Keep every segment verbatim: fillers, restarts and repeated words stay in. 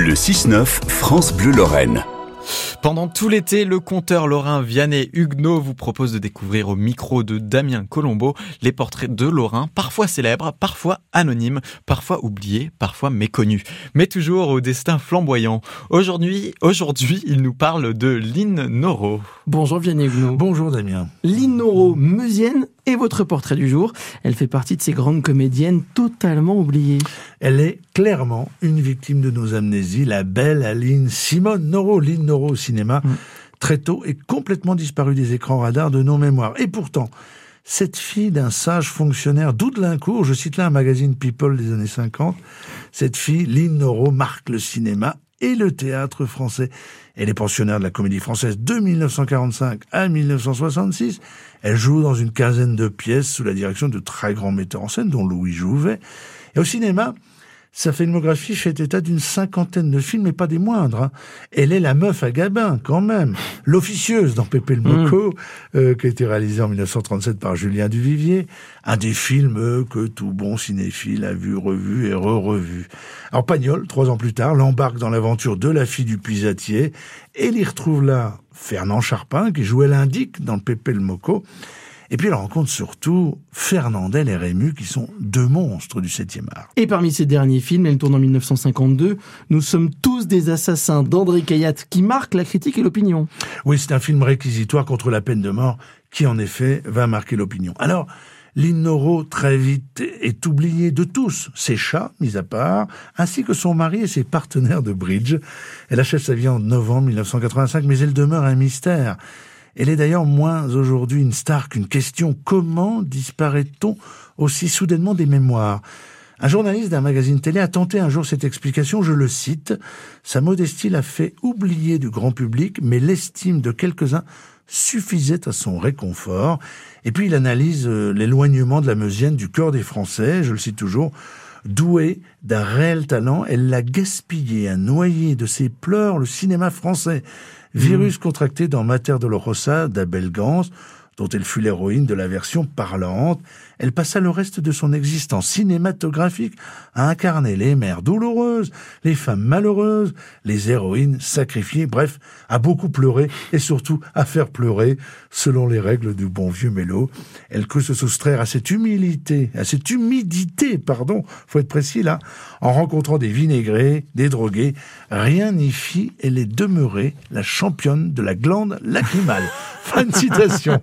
Le six neuf France Bleu Lorraine. Pendant tout l'été, le conteur lorrain Vianney Huguenot vous propose de découvrir au micro de Damien Colombo les portraits de Lorrains, parfois célèbres, parfois anonymes, parfois oubliés, parfois méconnus, mais toujours au destin flamboyant. Aujourd'hui, aujourd'hui, il nous parle de Line Noro. Bonjour Vianney Huguenot. Bonjour Damien. Line Noro, meusienne, est votre portrait du jour. Elle fait partie de ces grandes comédiennes totalement oubliées. Elle est clairement une victime de nos amnésies, la belle Aline Simone Noro. Line Noro au cinéma, mmh. très tôt, est complètement disparue des écrans radars de nos mémoires. Et pourtant, cette fille d'un sage fonctionnaire d'Oudelincourt, je cite là un magazine People des années cinquante, cette fille, Line Noro, marque le cinéma et le théâtre français. Elle est pensionnaire de la Comédie Française de dix-neuf cent quarante-cinq à dix-neuf cent soixante-six. Elle joue dans une quinzaine de pièces sous la direction de très grands metteurs en scène, dont Louis Jouvet. Et au cinéma, sa filmographie fait état d'une cinquantaine de films, mais pas des moindres. Hein. Elle est la meuf à Gabin, quand même. L'officieuse dans Pépé le Mocco, mmh. euh, qui a été réalisée en dix-neuf cent trente-sept par Julien Duvivier. Un des films euh, que tout bon cinéphile a vu, revu et re-revu. Alors Pagnol, trois ans plus tard, l'embarque dans l'aventure de la fille du puisatier. Et il y retrouve là Fernand Charpin, qui jouait l'indique dans Pépé le Mocco. Et puis elle rencontre surtout Fernandel et Rému, qui sont deux monstres du septième art. Et parmi ces derniers films, elle tourne en dix-neuf cent cinquante-deux, Nous sommes tous des assassins d'André Caillat, qui marque la critique et l'opinion. Oui, c'est un film réquisitoire contre la peine de mort, qui en effet va marquer l'opinion. Alors, Line Noro, très vite, est oubliée de tous, ses chats, mis à part, ainsi que son mari et ses partenaires de bridge. Elle achève sa vie en novembre dix-neuf cent quatre-vingt-cinq, mais elle demeure un mystère. Elle est d'ailleurs moins aujourd'hui une star qu'une question. Comment disparaît-on aussi soudainement des mémoires ? Un journaliste d'un magazine télé a tenté un jour cette explication, je le cite. Sa modestie l'a fait oublier du grand public, mais l'estime de quelques-uns suffisait à son réconfort. Et puis il analyse euh, l'éloignement de la Meusienne du cœur des Français, je le cite toujours. Douée d'un réel talent, elle l'a gaspillé, a noyé de ses pleurs le cinéma français. Virus mmh. contracté dans Mater Dolorosa d'Abel Gans, dont elle fut l'héroïne de la version parlante. Elle passa le reste de son existence cinématographique à incarner les mères douloureuses, les femmes malheureuses, les héroïnes sacrifiées, bref, à beaucoup pleurer et surtout à faire pleurer, selon les règles du bon vieux mélo. Elle crut se soustraire à cette humilité, à cette humidité, pardon, faut être précis là, en rencontrant des vinaigrés, des drogués. Rien n'y fit, elle est demeurée la championne de la glande lacrymale. Fin de citation.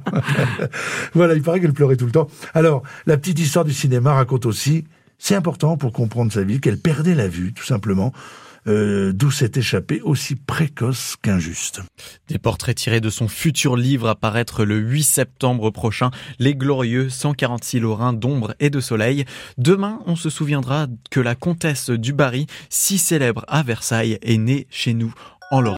Voilà, il paraît qu'elle pleurait tout le temps. Alors, la petite histoire du cinéma raconte aussi, c'est important pour comprendre sa vie, qu'elle perdait la vue, tout simplement, euh, d'où s'est échappée aussi précoce qu'injuste. Des portraits tirés de son futur livre à paraître le huit septembre prochain, Les Glorieux, cent quarante-six Lorrains d'ombre et de soleil. Demain, on se souviendra que la comtesse du Barry, si célèbre à Versailles, est née chez nous en Lorraine.